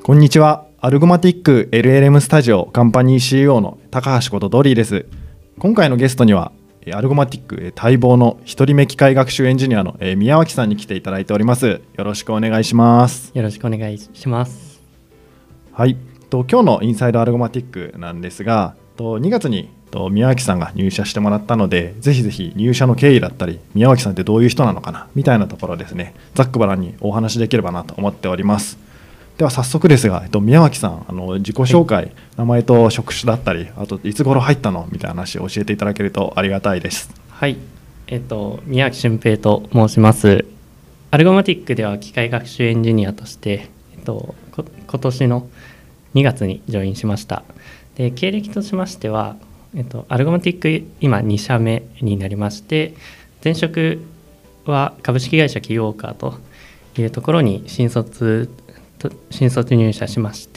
こんにちは。アルゴマティック LLM スタジオカンパニー CEO の高橋ことドリーです。今回のゲストにはアルゴマティック待望の一人目機械学習エンジニアの宮脇さんに来ていただいております。よろしくお願いします。 よろしくお願いします。 はい、今日のインサイドアルゴマティックなんですが、2月に宮脇さんが入社してもらったので、ぜひぜひ入社の経緯だったり、宮脇さんってどういう人なのかなみたいなところですね、ざっくばらんにお話しできればなと思っております。では早速ですが、宮脇さん、自己紹介、名前と職種だったり、あといつ頃入ったのみたいな話を教えていただけるとありがたいです。 はい、宮脇俊平と申します。アルゴマティックでは機械学習エンジニアとして、今年の2月にジョインしました。で、経歴としましては、アルゴマティック今2社目になりまして、前職は株式会社キーウォーカーというところに新卒入社しまして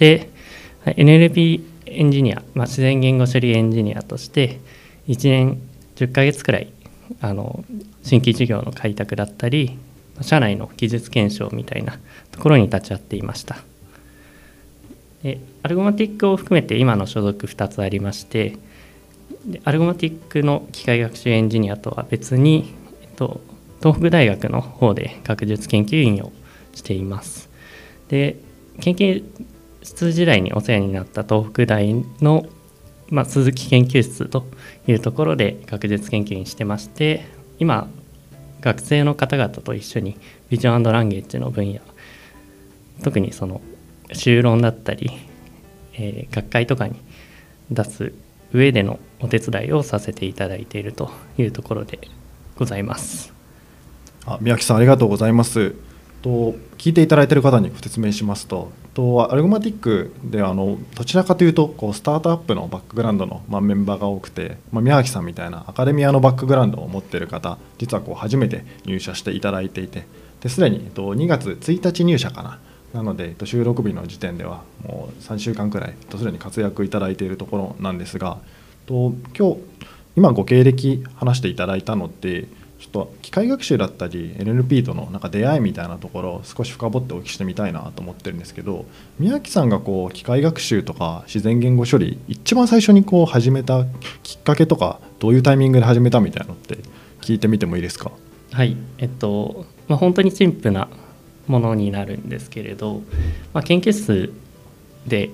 、NLP エンジニア、自然言語処理エンジニアとして1年10ヶ月くらい新規事業の開拓だったり、社内の技術検証みたいなところに立ち会っていました。で、アルゴマティックを含めて今の所属2つありまして、アルゴマティックの機械学習エンジニアとは別に、東北大学の方で学術研究員をしています。で、研究室時代にお世話になった東北大の、鈴木研究室というところで学術研究員してまして、今学生の方々と一緒にビジョン&ランゲージの分野、特にその修論だったり、学会とかに出す上でのお手伝いをさせていただいているというところでございます。 宮脇さん、ありがとうございます。聞いていただいている方にご説明しますと、アルゴマティックではどちらかというとスタートアップのバックグラウンドのメンバーが多くて、宮脇さんみたいなアカデミアのバックグラウンドを持っている方、実は初めて入社していただいていて、すでに2月1日入社かなので、収録日の時点ではもう3週間くらいすでに活躍いただいているところなんですが、今ご経歴話していただいたので、ちょっと機械学習だったり NLP との出会いみたいなところを少し深掘ってお聞きしてみたいなと思ってるんですけど、宮脇さんが機械学習とか自然言語処理一番最初に始めたきっかけとか、どういうタイミングで始めたみたいなのって聞いてみてもいいですか？ はい、本当にシンプルなものになるんですけれど、研究室で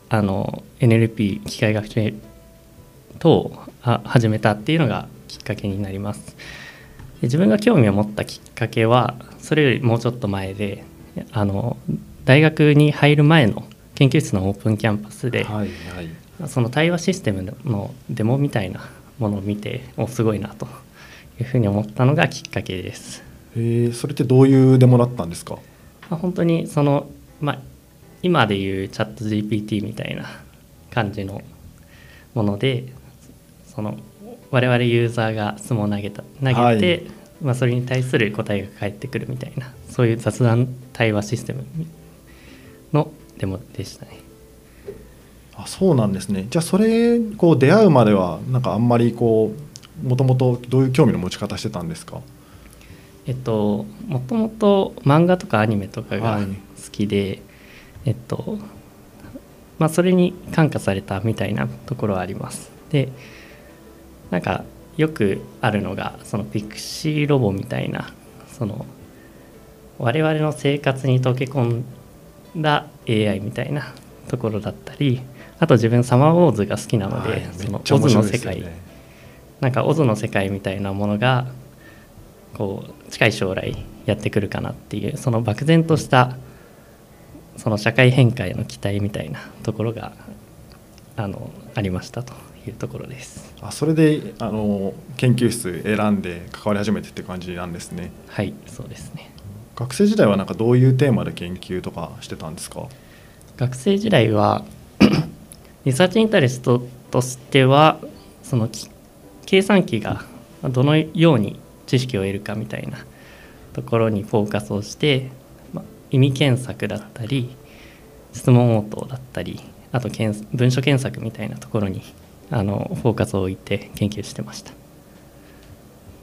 NLP 機械学習等を始めたっていうのがきっかけになります。自分が興味を持ったきっかけはそれよりもうちょっと前で、大学に入る前の研究室のオープンキャンパスで、その対話システムのデモみたいなものを見て、すごいなというふうに思ったのがきっかけです。 それってどういうデモだったんですか？ 本当に今でいうチャット GPT みたいな感じのもので、我々ユーザーが質問を投げて、それに対する答えが返ってくるみたいな、そういう雑談対話システムのデモでしたね。 そうなんですね。じゃあそれ出会うまではあんまりもともとどういう興味の持ち方してたんですか？ もともと漫画とかアニメとかが好きで、それに感化されたみたいなところはあります。で、よくあるのがピクシーロボみたいな、我々の生活に溶け込んだ AI みたいなところだったり、あと自分サマーウォーズが好きなので、オズの世界、オズの世界みたいなものが近い将来やってくるかなっていう、その漠然とした社会変化への期待みたいなところがありましたというところです。 それで研究室選んで関わり始めてって感じなんですね。 はい、そうですね。 学生時代はどういうテーマで研究とかしてたんですか？ 学生時代はリサーチインタレストとしては、計算機がどのように知識を得るかみたいなところにフォーカスをして、意味検索だったり質問応答だったり、あと文書検索みたいなところにフォーカスを置いて研究してました。 なる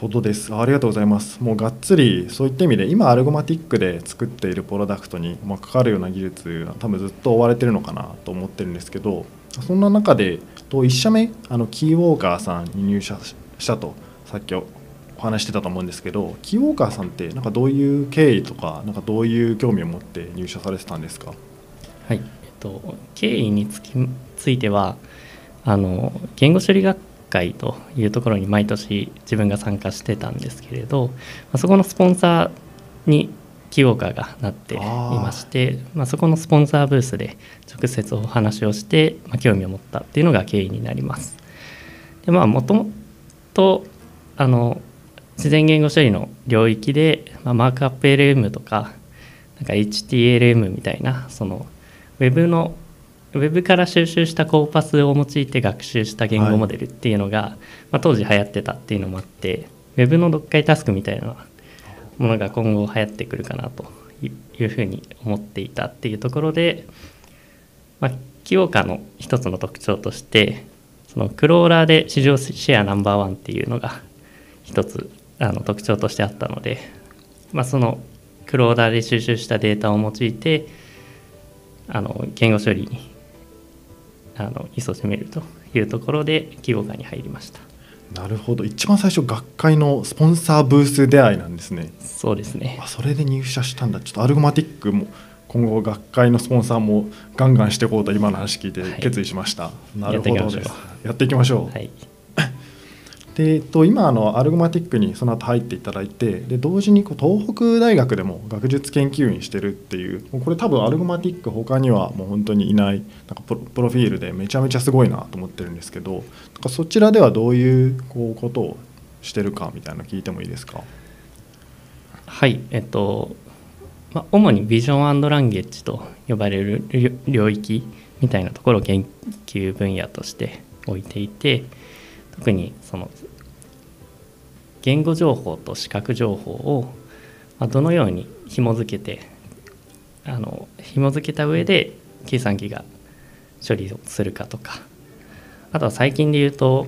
ほどです。ありがとうございます。もうがっつりそういった意味で今アルゴマティックで作っているプロダクトにかかるような技術多分ずっと追われてるのかなと思ってるんですけど、そんな中で1社目キーウォーカーさんに入社したとさっきお話してたと思うんですけど、キーウォーカーさんってなんかどういう経緯とかなんかどういう興味を持って入社されてたんですか？ はい、経緯については言語処理学会というところに毎年自分が参加してたんですけれど、そこのスポンサーにキーウォーカーがなっていまして、そこのスポンサーブースで直接お話をして、興味を持ったっていうのが経緯になります。で、もともと自然言語処理の領域で、マークアップ LM とかなんか HTLM みたいなそのウェブから収集したコーパスを用いて学習した言語モデルっていうのが、当時流行ってたっていうのもあって、ウェブの読解タスクみたいなものが今後流行ってくるかなというふうに思っていたっていうところで、キーウォーカーの一つの特徴としてそのクローラーで市場シェアナンバーワンっていうのが一つ特徴としてあったので、そのクローラーで収集したデータを用いて言語処理に勤しめるというところでキーウォーカーに入りました。 なるほど。一番最初学会のスポンサーブース出会いなんですね。 そうですね。 それで入社したんだ。ちょっとアルゴマティックも今後学会のスポンサーもガンガンしていこうと今の話聞いて決意しました。なるほどです。やっていきましょう。はいで今アルゴマティックにその後入っていただいて、で同時に東北大学でも学術研究員してるっていう、これ多分アルゴマティック他にはもう本当にいないなんかプロフィールでめちゃめちゃすごいなと思ってるんですけど、そちらではどういうことをしてるかみたいなの聞いてもいいですか？ はい、主にビジョン&ランゲッジと呼ばれる領域みたいなところを研究分野として置いていて、特にその言語情報と視覚情報をどのように紐付けて紐付けた上で計算機が処理をするかとか、あとは最近で言うと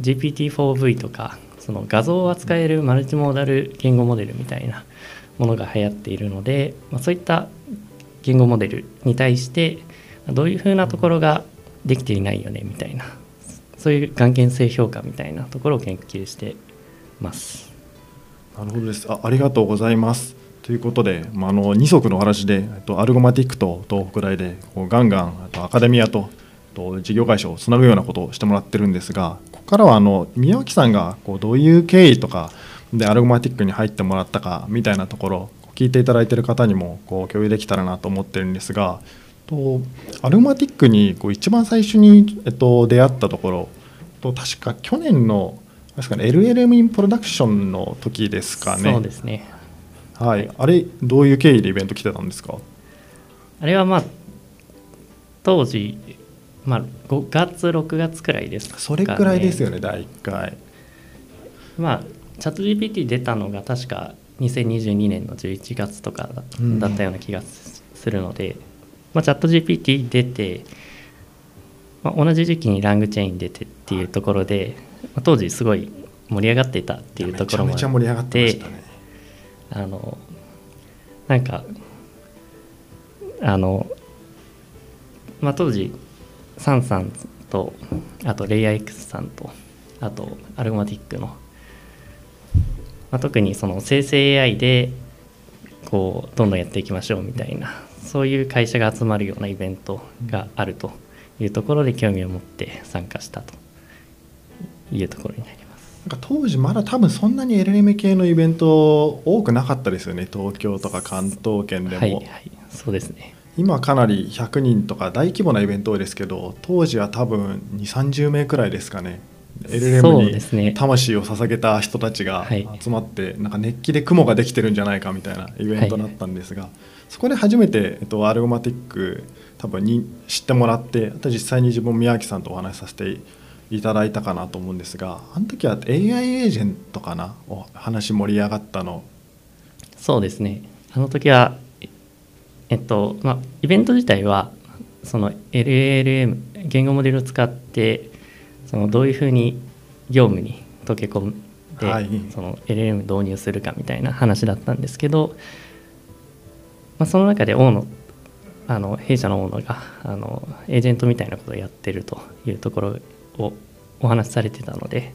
GPT-4V とかその画像を扱えるマルチモーダル言語モデルみたいなものが流行っているので、そういった言語モデルに対してどういうふうなところができていないよねみたいな、そういう眼見性評価みたいなところを研究してます。 なるほどです。ありがとうございます。ということで、二足の話でアルゴマティックと東北大でガンガンアカデミアと事業会社をつなぐようなことをしてもらってるんですが、ここからは宮脇さんがどういう経緯とかでアルゴマティックに入ってもらったかみたいなところ聞いていただいている方にも共有できたらなと思ってるんですが、アルゴマティックに一番最初に出会ったところ確か去年のLLM インプロダクションの時ですかね。 そうですね。 はい。あれどういう経緯でイベント来てたんですか？ あれは当時5月6月くらいですかね。 それくらいですよね。第1回チャット GPT 出たのが確か2022年の11月とかだったような気がするので、チャット GPT 出て、同じ時期にラングチェイン出てっていうところで、当時すごい盛り上がっていたっていうところもあって、 めちゃめちゃ盛り上がってましたね。 なんか当時サンさんとあとレイヤー X さんとあとアルゴマティックの、特にその生成 AI でどんどんやっていきましょうみたいな、そういう会社が集まるようなイベントがあるというところで興味を持って参加したというところになります。 なんか当時まだ多分そんなに LLM 系のイベント多くなかったですよね。東京とか関東圏でも。 はいはい、そうですね。 今かなり100人とか大規模なイベント多いですけど、当時は多分2、30名くらいですかね。LLM に魂を捧げた人たちが集まって、なんか熱気で雲ができてるんじゃないかみたいなイベントだったんですが、そこで初めて、アルゴマティック多分に知ってもらって、あと実際に自分宮脇さんとお話しさせていただいたかなと思うんですが、あの時は AI エージェントかなお話盛り上がったの。 そうですね。あの時はイベント自体はその LLM 言語モデルを使ってどういうふうに業務に溶け込で、 はい、 その LLM 導入するかみたいな話だったんですけど、その中で弊社の大野がエージェントみたいなことをやってるというところをお話しされてたので、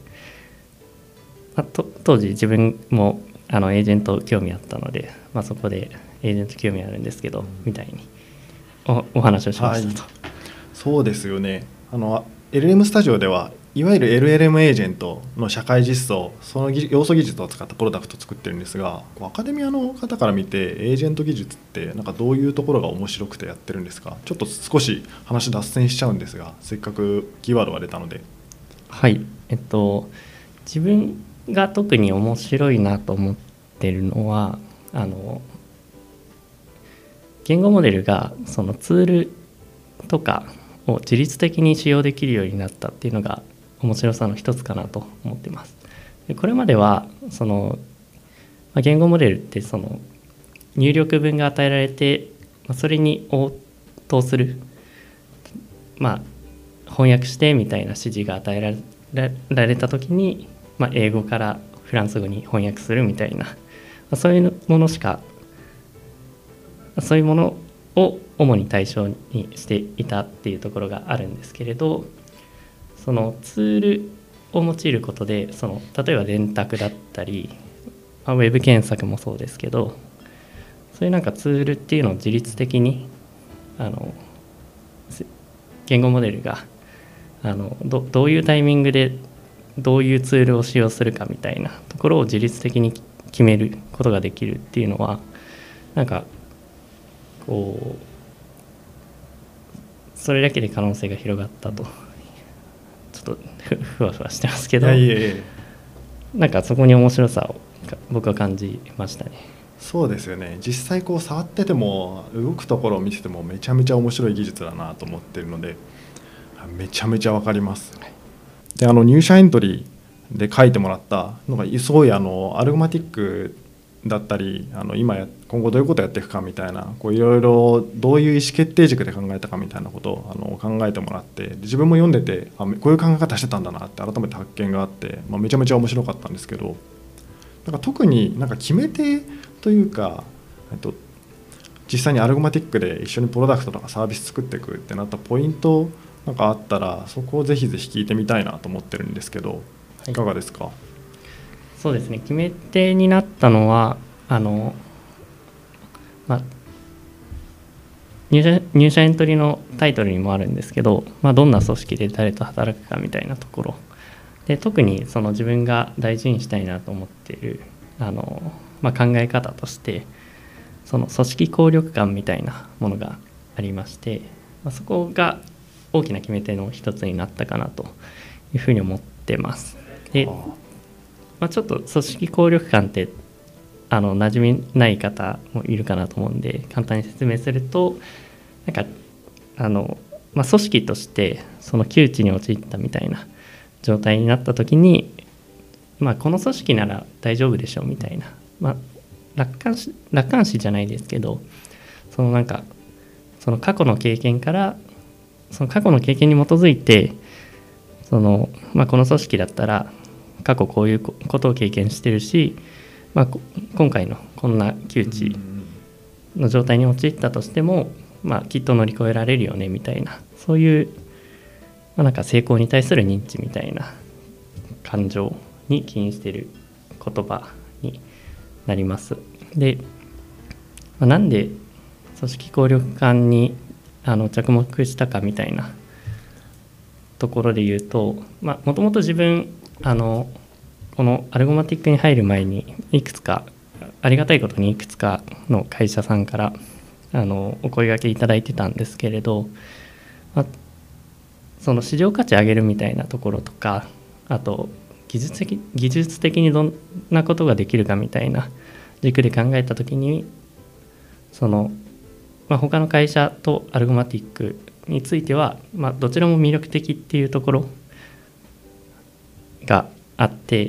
当時自分もエージェント興味あったので、そこでエージェント興味あるんですけどみたいにお話をしましたと。 はい、そうですよね。LLM スタジオではいわゆる LLM エージェントの社会実装、その要素技術を使ったプロダクトを作ってるんですが、アカデミアの方から見てエージェント技術ってなんかどういうところが面白くてやってるんですか？ちょっと少し話脱線しちゃうんですが、せっかくキーワードが出たので。 はい、自分が特に面白いなと思ってるのは言語モデルがそのツールとかを自律的に使用できるようになったっていうのが面白さの一つかなと思っています。でこれまでは言語モデルってその入力文が与えられてそれに応答する、翻訳してみたいな指示が与えられた時に、英語からフランス語に翻訳するみたいな、そういうものを主に対象にしていたっていうところがあるんですけれど、そのツールを用いることで例えば電卓だったり、ウェブ検索もそうですけど、そういうなんかツールっていうのを自律的に言語モデルがどういうタイミングでどういうツールを使用するかみたいなところを自律的に決めることができるっていうのはなんかこうそれだけで可能性が広がったと、ちょっとふわふわしてますけど、なんかそこに面白さを僕は感じましたね。 そうですよね。実際触ってても動くところを見ててもめちゃめちゃ面白い技術だなと思ってるので、めちゃめちゃ分かります。で入社エントリーで書いてもらったのがすごいアルゴマティックだったり今後どういうことをやっていくかみたいないろいろどういう意思決定軸で考えたかみたいなことを考えてもらって、自分も読んでてこういう考え方してたんだなって改めて発見があって、めちゃめちゃ面白かったんですけど、特に決め手というか実際にアルゴマティックで一緒にプロダクトとかサービス作っていくってなったポイントあったらそこをぜひぜひ聞いてみたいなと思ってるんですけど、いかがですか？ そうですね、決め手になったのは入社エントリーのタイトルにもあるんですけど、どんな組織で誰と働くかみたいなところで、特に自分が大事にしたいなと思っている考え方として組織効力感みたいなものがありまして、そこが大きな決め手の一つになったかなというふうに思ってます。で、ちょっと組織効力感って馴染みない方もいるかなと思うんで簡単に説明すると、組織として窮地に陥ったみたいな状態になった時に、この組織なら大丈夫でしょうみたいな、楽観視じゃないですけど、過去の経験から過去の経験に基づいてこの組織だったら過去こういうことを経験してるし、今回のこんな窮地の状態に陥ったとしても、きっと乗り越えられるよねみたいな、そういう、成功に対する認知みたいな感情に起因している言葉になります。で、なんで組織効力感に着目したかみたいなところで言うと、もともと自分このアルゴマティックに入る前にいくつかありがたいことにいくつかの会社さんからお声掛けいただいてたんですけれど、市場価値上げるみたいなところとか、あと技術的にどんなことができるかみたいな軸で考えたときに他の会社とアルゴマティックについては、どちらも魅力的っていうところがあって、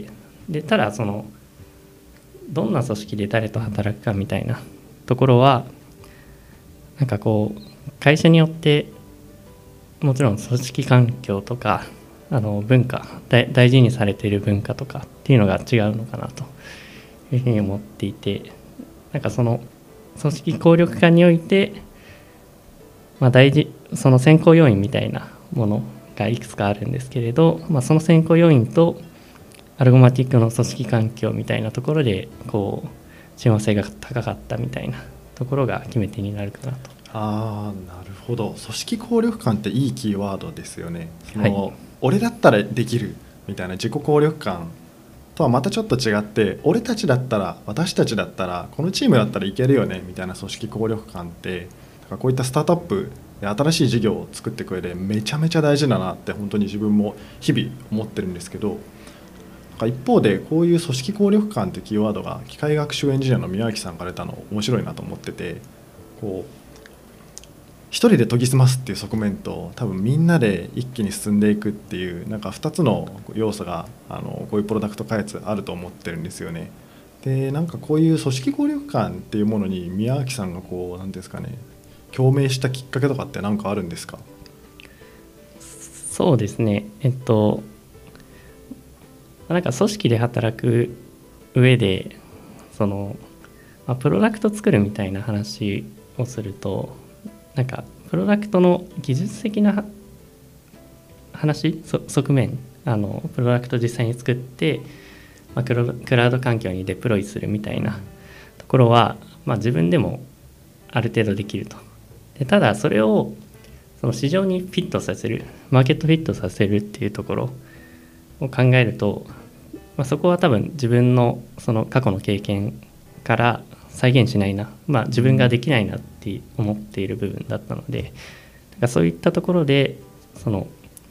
でただどんな組織で誰と働くかみたいなところは会社によってもちろん組織環境とか文化大事にされている文化とかっていうのが違うのかなというふうに思っていて、なんかその組織効力化において、その選考要因みたいなものがいくつかあるんですけれど、その選考要因とアルゴマティックの組織環境みたいなところでこう親和性が高かったみたいなところが決め手になるかなと。 なるほど。組織効力感っていいキーワードですよね。 はい、 俺だったらできるみたいな自己効力感とはまたちょっと違って、俺たちだったら、私たちだったら、このチームだったらいけるよねみたいな組織効力感って、こういったスタートアップで新しい事業を作っていく上でめちゃめちゃ大事だなって本当に自分も日々思ってるんですけど、一方でこういう組織効力感というキーワードが機械学習エンジニアの宮脇さんから出たの面白いなと思ってて、こう一人で研ぎ澄ますっていう側面と、多分みんなで一気に進んでいくっていう2つの要素がこういうプロダクト開発あると思ってるんですよね。でこういう組織効力感っていうものに宮脇さんが何ですかね、共鳴したきっかけとかって何かあるんですか？ そうですね、組織で働く上でプロダクト作るみたいな話をすると、プロダクトの技術的な側面、プロダクト実際に作って、クラウド環境にデプロイするみたいなところは、自分でもある程度できると。でただそれをその市場にフィットさせる、マーケットフィットさせるっていうところを考えると、そこは多分自分のその過去の経験から再現しないな、自分ができないなって思っている部分だったので、そういったところでその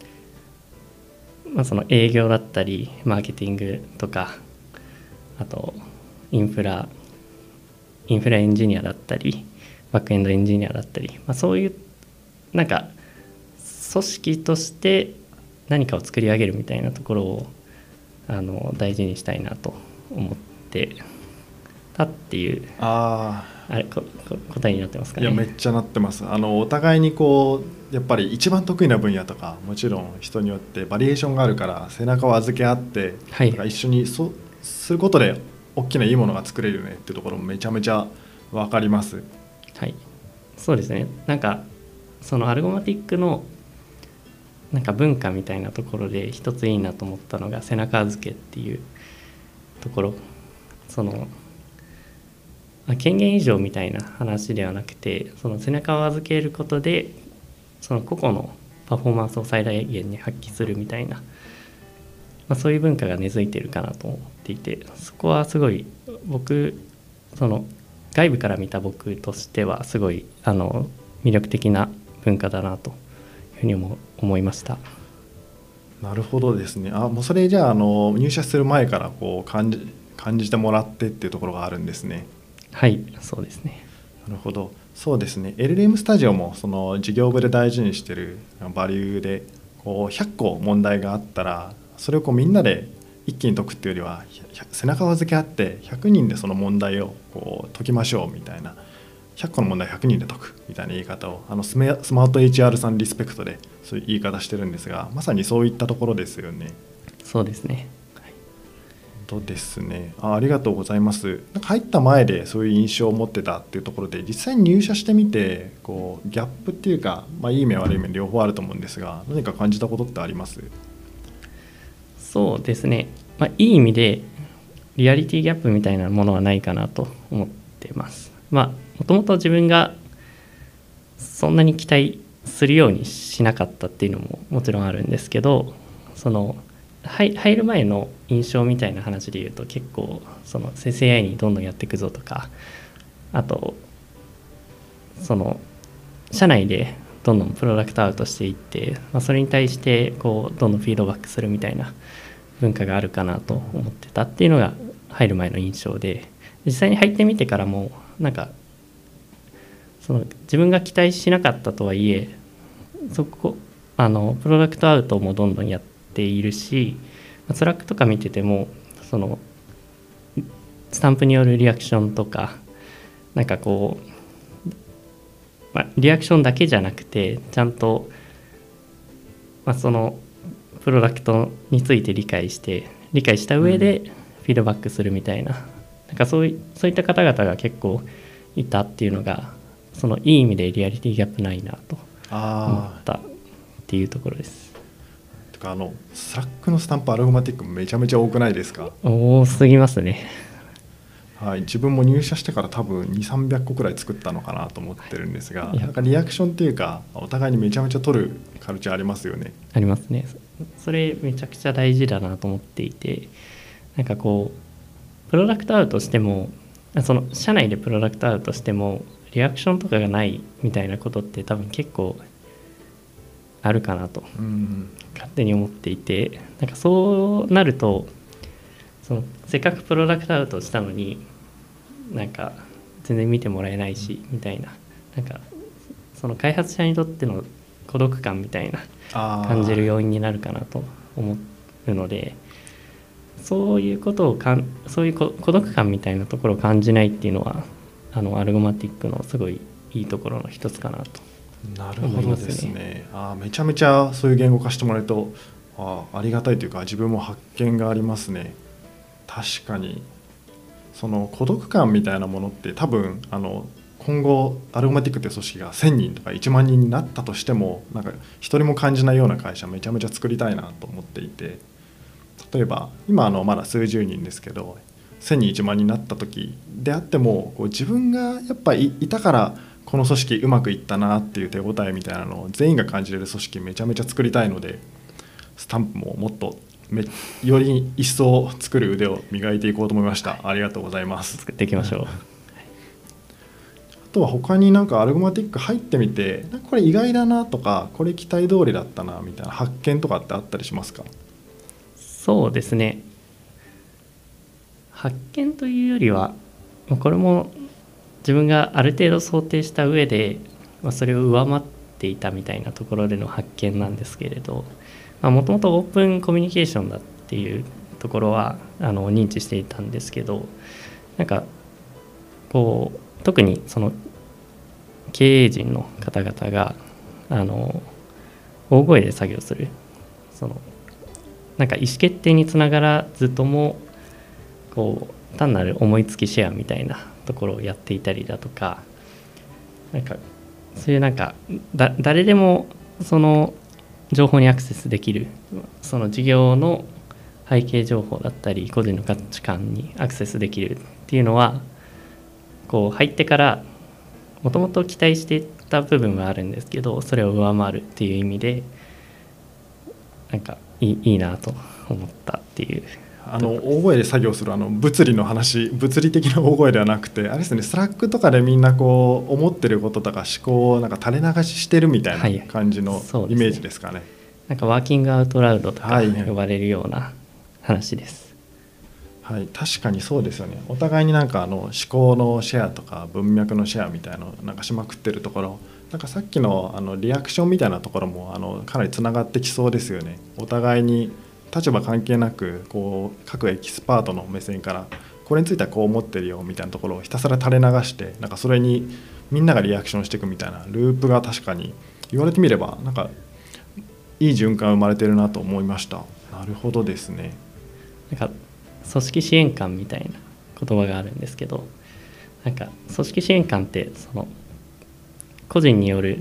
営業だったりマーケティングとか、あとインフラエンジニアだったりバックエンドエンジニアだったり、そういう組織として何かを作り上げるみたいなところを大事にしたいなと思ってたっていう答えになってますかね。 いや、めっちゃなってます。お互いにやっぱり一番得意な分野とか、もちろん人によってバリエーションがあるから背中を預け合って、 はい、 一緒にすることで大きないいものが作れるよねっていうところもめちゃめちゃ分かります。 はい、そうですね。そのアルゴマティックの文化みたいなところで一ついいなと思ったのが背中預けっていうところ。権限以上みたいな話ではなくて、その背中を預けることでその個々のパフォーマンスを最大限に発揮するみたいな、そういう文化が根付いているかなと思っていて、そこはすごい外部から見た僕としてはすごい魅力的な文化だなというふうに思いました。 なるほどですね。もうそれじゃあ入社する前から感じてもらってっていうところがあるんですね。 はい、そうですね。 なるほど。そうですね。LLM スタジオもその事業部で大事にしているバリューで、100個問題があったらそれをみんなで一気に解くっていうよりは、背中を預け合って100人でその問題を解きましょうみたいな、100個の問題100人で解くみたいな言い方をスマート HR さんリスペクトでそういう言い方してるんですが、まさにそういったところですよね。 そうですね。 本当ですね。ありがとうございます。入った前でそういう印象を持ってたっていうところで、実際に入社してみてギャップっていうか、いい面悪い面両方あると思うんですが、何か感じたことってあります？ そうですね、いい意味でリアリティギャップみたいなものはないかなと思っています。もともと自分がそんなに期待するようにしなかったっていうのももちろんあるんですけど、入る前の印象みたいな話で言うと、結構生成 AI にどんどんやっていくぞとか、あと社内でどんどんプロダクトアウトしていって、それに対してどんどんフィードバックするみたいな文化があるかなと思ってたっていうのが入る前の印象で、実際に入ってみてからも自分が期待しなかったとはいえ、プロダクトアウトもどんどんやっているし、スラックとか見ててもスタンプによるリアクションとかリアクションだけじゃなくて、ちゃんとププロダクトについて理解した上でフィードバックするみたいな、なんかそういった方々が結構いたっていうのが、そのいい意味でリアリティギャップないなと思ったっていうところです。 てかスラックのスタンプアルゴマティックめちゃめちゃ多くないですか？ 多すぎますね。 はい、自分も入社してから多分200、300個くらい作ったのかなと思ってるんですが、なんかリアクションっていうかお互いにめちゃめちゃ取るカルチャーありますよね。 ありますね。それめちゃくちゃ大事だなと思っていて、なんかこうプロダクトアウトしても、その社内でプロダクトアウトしてもリアクションとかがないみたいなことって多分結構あるかなと勝手に思っていて、なんかそうなるとせっかくプロダクトアウトしたのになんか全然見てもらえないしみたいな、なんかその開発者にとっての孤独感みたいな感じる要因になるかなと思うので、そういうことをそういう孤独感みたいなところを感じないっていうのはアルゴマティックのすごいいいところの一つかなと思いますね。なるほどですね。 めちゃめちゃそういう言語化してもらえるとありがたいというか、自分も発見がありますね。確かにその孤独感みたいなものって多分今後アルゴマティックって組織が1000人とか1万人になったとしても、なんか一人も感じないような会社めちゃめちゃ作りたいなと思っていて、例えば今まだ数十人ですけど1000人1万人になった時であっても、こう自分がやっぱりいたからこの組織うまくいったなっていう手応えみたいなのを全員が感じれる組織めちゃめちゃ作りたいので、スタンプももっとより一層作る腕を磨いていこうと思いました。ありがとうございます。 作っていきましょう。 あとは他になんかアルゴマティック入ってみてこれ意外だなとか、これ期待通りだったなみたいな発見とかってあったりしますか？ そうですね、発見というよりはこれも自分がある程度想定した上でそれを上回っていたみたいなところでの発見なんですけれど、もともとオープンコミュニケーションだっていうところは認知していたんですけど、なんかこう特にその経営陣の方々が大声で作業する、なんか意思決定につながらずともこう単なる思いつきシェアみたいなところをやっていたりだとか、なんかそういうなんか誰でもその情報にアクセスできる、その事業の背景情報だったり個人の価値観にアクセスできるっていうのはこう入ってからもともと期待していた部分はあるんですけど、それを上回るっていう意味でなんかいいなと思ったっていう。 大声で作業する物理の話、物理的な大声ではなくてあれですね、スラックとかでみんなこう思ってることとか思考をなんか垂れ流ししてるみたいな感じのイメージですかね。 なんかワーキングアウトラウドとか呼ばれるような話です。 はい、確かにそうですよね。お互いになんか思考のシェアとか文脈のシェアみたいなのなんかしまくってるところ、なんかさっきのリアクションみたいなところもかなりつながってきそうですよね。お互いに立場関係なくこう各エキスパートの目線からこれについてはこう思ってるよみたいなところをひたすら垂れ流して、なんかそれにみんながリアクションしていくみたいなループが確かに言われてみればなんかいい循環生まれてるなと思いました。なるほどですね。 なんか組織支援官みたいな言葉があるんですけど、なんか組織支援官って個人による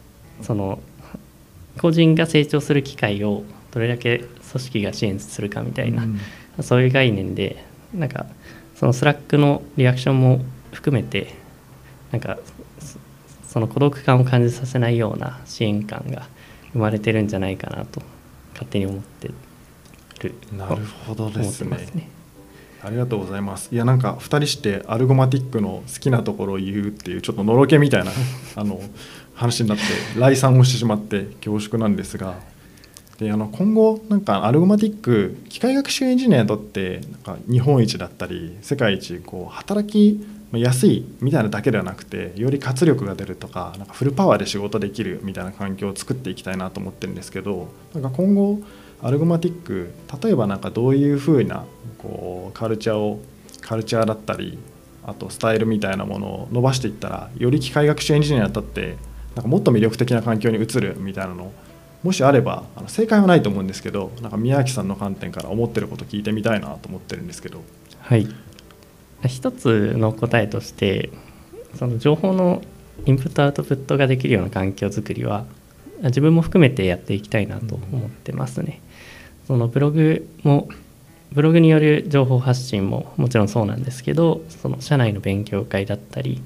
個人が成長する機会をどれだけ組織が支援するかみたいな、そういう概念でなんかそのスラックのリアクションも含めてなんかその孤独感を感じさせないような支援感が生まれてるんじゃないかなと勝手に思ってる。 なるほどですね。ありがとうございます。いやなんか2人してアルゴマティックの好きなところを言うっていうちょっとのろけみたいな話になって来賛をしてしまって恐縮なんですが、で今後なんかアルゴマティック機械学習エンジニアにとってなんか日本一だったり世界一こう働き安いみたいなだけではなくて、より活力が出るとか、なんかフルパワーで仕事できるみたいな環境を作っていきたいなと思ってるんですけど、なんか今後アルゴマティック例えばなんかどういうふうなこうカルチャーだったりあとスタイルみたいなものを伸ばしていったらより機械学習エンジニアにとってなんかもっと魅力的な環境に移るみたいなのもしあれば正解はないと思うんですけど、なんか宮脇さんの観点から思ってること聞いてみたいなと思ってるんですけど。 はい、一つの答えとして、その情報のインプットアウトプットができるような環境づくりは自分も含めてやっていきたいなと思ってますね。そのブログによる情報発信ももちろんそうなんですけど、その社内の勉強会だったり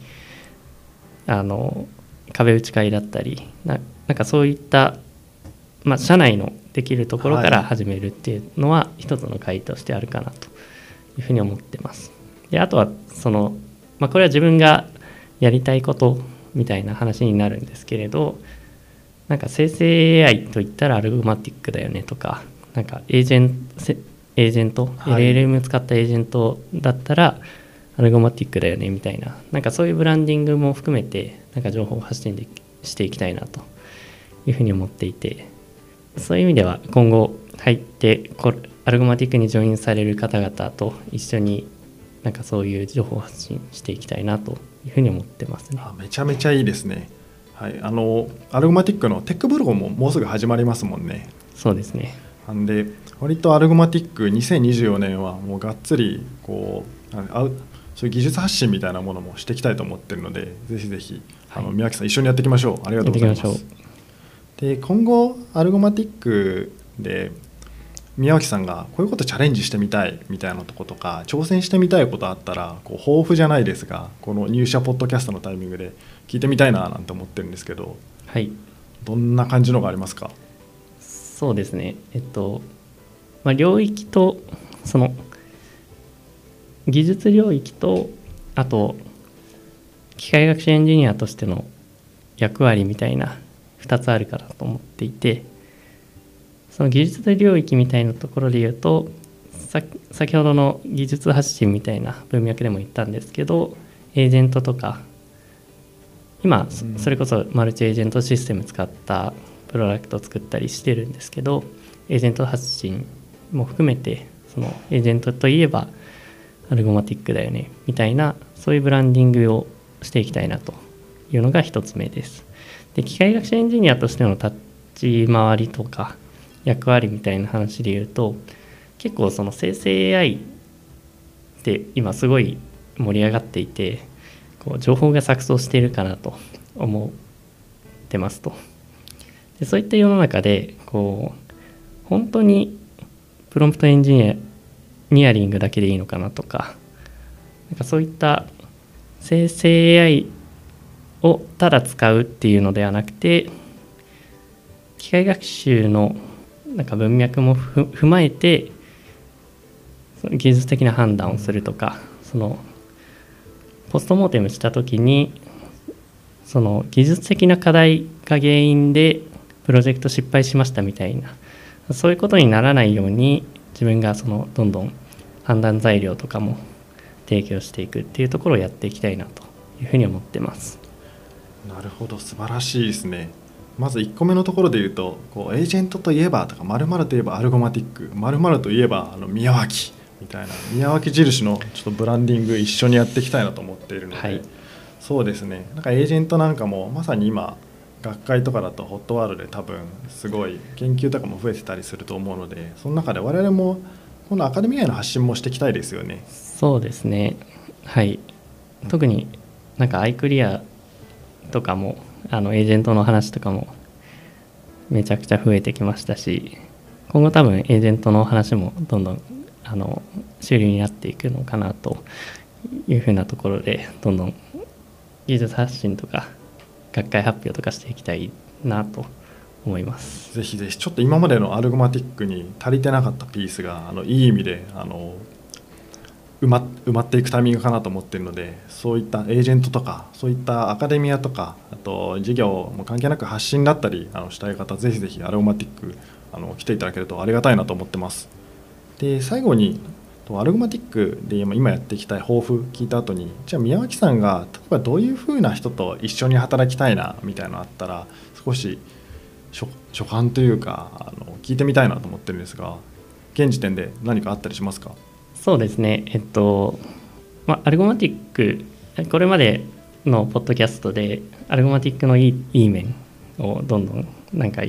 壁打ち会だったりなんかそういった、社内のできるところから始めるっていうのは一つの会としてあるかなというふうに思ってます。であとはこれは自分がやりたいことみたいな話になるんですけれど、なんか生成 AI といったらアルゴマティックだよねとか、なんかエージェント、LLM 使ったエージェントだったらアルゴマティックだよねみたいな、なんかそういうブランディングも含めてなんか情報を発信していきたいなというふうに思っていて、そういう意味では今後入ってアルゴマティックにジョインされる方々と一緒になんかそういう情報発信していきたいなというふうに思ってますね。 めちゃめちゃいいですね。はい、アルゴマティックのテックブログももうすぐ始まりますもんね。 そうですね。 なんで割とアルゴマティック2024年はもうがっつりそういう技術発信みたいなものもしていきたいと思ってるので、ぜひぜひ宮脇さん一緒にやっていきましょう。ありがとうございます。で今後アルゴマティックで宮脇さんがこういうことチャレンジしてみたいみたいなとことか挑戦してみたいことあったら抱負じゃないですが、この入社ポッドキャストのタイミングで聞いてみたいななんて思ってるんですけど、 はい、 どんな感じのがありますか？ そうですね、領域とその技術領域と、あと機械学習エンジニアとしての役割みたいな2つあるかなと思っていて、その技術領域みたいなところで言うと、先ほどの技術発信みたいな文脈でも言ったんですけど、エージェントとか今それこそマルチエージェントシステム使ったプロダクトを作ったりしてるんですけど、エージェント発信も含めて、そのエージェントといえばアルゴマティックだよねみたいな、そういうブランディングをしていきたいなというのが一つ目です。で機械学習エンジニアとしての立ち回りとか役割みたいな話で言うと、結構その生成 AI って今すごい盛り上がっていて、情報が錯綜しているかなと思ってますと。でそういった世の中で本当にプロンプトエンジニアリングだけでいいのかなとか、なんかそういった生成 AI をただ使うっていうのではなくて、機械学習のなんか文脈も踏まえてその技術的な判断をするとか、そのポストモーテムした時にその技術的な課題が原因でプロジェクト失敗しましたみたいな、そういうことにならないように自分がどんどん判断材料とかも提供していくっていうところをやっていきたいなというふうに思ってます。 なるほど、素晴らしいですね。まず1個目のところで言うと、エージェントといえばとか〇〇といえばアルゴマティック、〇〇といえば宮脇みたいな宮脇印のちょっとブランディング一緒にやっていきたいなと思っているので、はい、そうですね。なんかエージェントなんかもまさに今学会とかだとホットワールドで多分すごい研究とかも増えてたりすると思うので、その中で我々もこのアカデミアへの発信もしていきたいですよね。 そうですね、はい。特になんかアイクリアとかもエージェントの話とかもめちゃくちゃ増えてきましたし、今後多分エージェントの話もどんどん主流になっていくのかなというふうなところで、どんどん技術発信とか学会発表とかしていきたいなと思います。 ぜひぜひちょっと今までのアルゴマティックに足りてなかったピースがいい意味で埋まっていくタイミングかなと思っているので、そういったエージェントとかそういったアカデミアとか、あと事業も関係なく発信だったりしたい方、ぜひぜひアルゴマティック来ていただけるとありがたいなと思ってます。で最後にアルゴマティックで今やっていきたい抱負聞いた後に、じゃあ宮脇さんが例えばどういうふうな人と一緒に働きたいなみたいなのあったら、少し所感というか聞いてみたいなと思ってるんですが、現時点で何かあったりしますか？ そうですね、アルゴマティック、これまでのポッドキャストでアルゴマティックのいい面をどんどんなんか言っ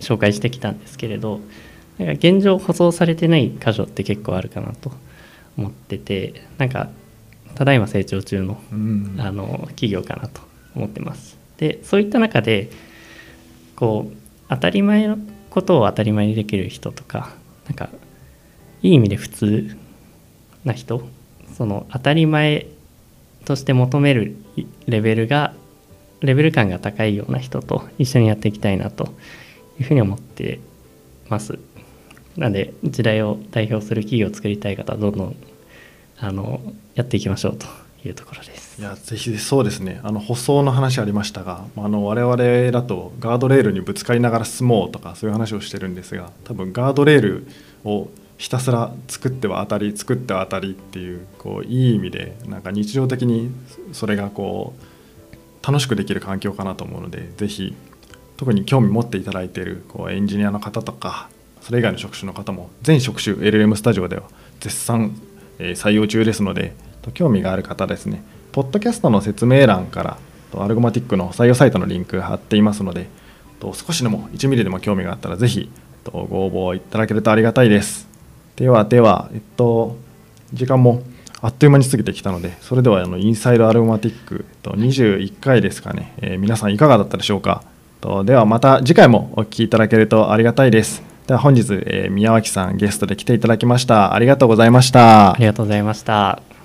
紹介してきたんですけれど、なんか現状舗装されてない箇所って結構あるかなと思ってて、なんかただいま成長中の、企業かなと思ってます。でそういった中でこう当たり前のことを当たり前にできる人とか、なんかいい意味で普通な人、その当たり前として求めるレベル感が高いような人と一緒にやっていきたいなというふうに思ってます。なので時代を代表する企業を作りたい方はどんどんやっていきましょうというところです。 いやぜひそうですね。舗装の話ありましたが、我々だとガードレールにぶつかりながら進もうとかそういう話をしてるんですが、多分ガードレールをひたすら作っては当たり作っては当たりっていう、いい意味でなんか日常的にそれが楽しくできる環境かなと思うので、ぜひ特に興味持っていただいているエンジニアの方とかそれ以外の職種の方も全職種 LLM スタジオでは絶賛採用中ですので、興味がある方ですね、ポッドキャストの説明欄からアルゴマティックの採用サイトのリンク貼っていますので、少しでも1ミリでも興味があったらぜひご応募いただけるとありがたいです。では時間もあっという間に過ぎてきたので、それではインサイドアルゴマティック21回ですかね、皆さんいかがだったでしょうか。ではまた次回もお聞きいただけるとありがたいです。では本日、宮脇さんゲストで来ていただきました。ありがとうございました。 ありがとうございました。